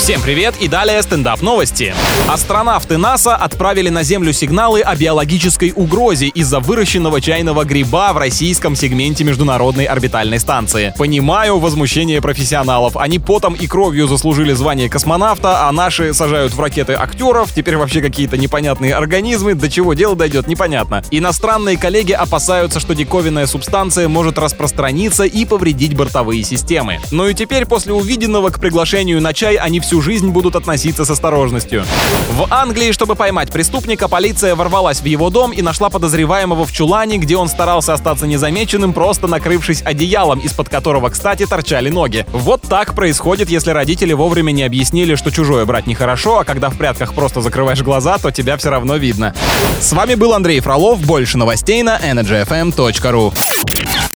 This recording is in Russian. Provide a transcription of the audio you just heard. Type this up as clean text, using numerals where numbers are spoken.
Всем привет и далее стендап-новости. Астронавты НАСА отправили на Землю сигналы о биологической угрозе из-за выращенного чайного гриба в российском сегменте Международной орбитальной станции. Понимаю возмущение профессионалов. Они потом и кровью заслужили звание космонавта, а наши сажают в ракеты актеров, теперь вообще какие-то непонятные организмы, до чего дело дойдет, непонятно. Иностранные коллеги опасаются, что диковинная субстанция может распространиться и повредить бортовые системы. Ну и теперь после увиденного к приглашению на чай они всю жизнь будут относиться с осторожностью. В Англии, чтобы поймать преступника, полиция ворвалась в его дом и нашла подозреваемого в чулане, где он старался остаться незамеченным, просто накрывшись одеялом, из-под которого, кстати, торчали ноги. Вот так происходит, если родители вовремя не объяснили, что чужое брать нехорошо, а когда в прятках просто закрываешь глаза, то тебя все равно видно. С вами был Андрей Фролов. Больше новостей на energyfm.ru.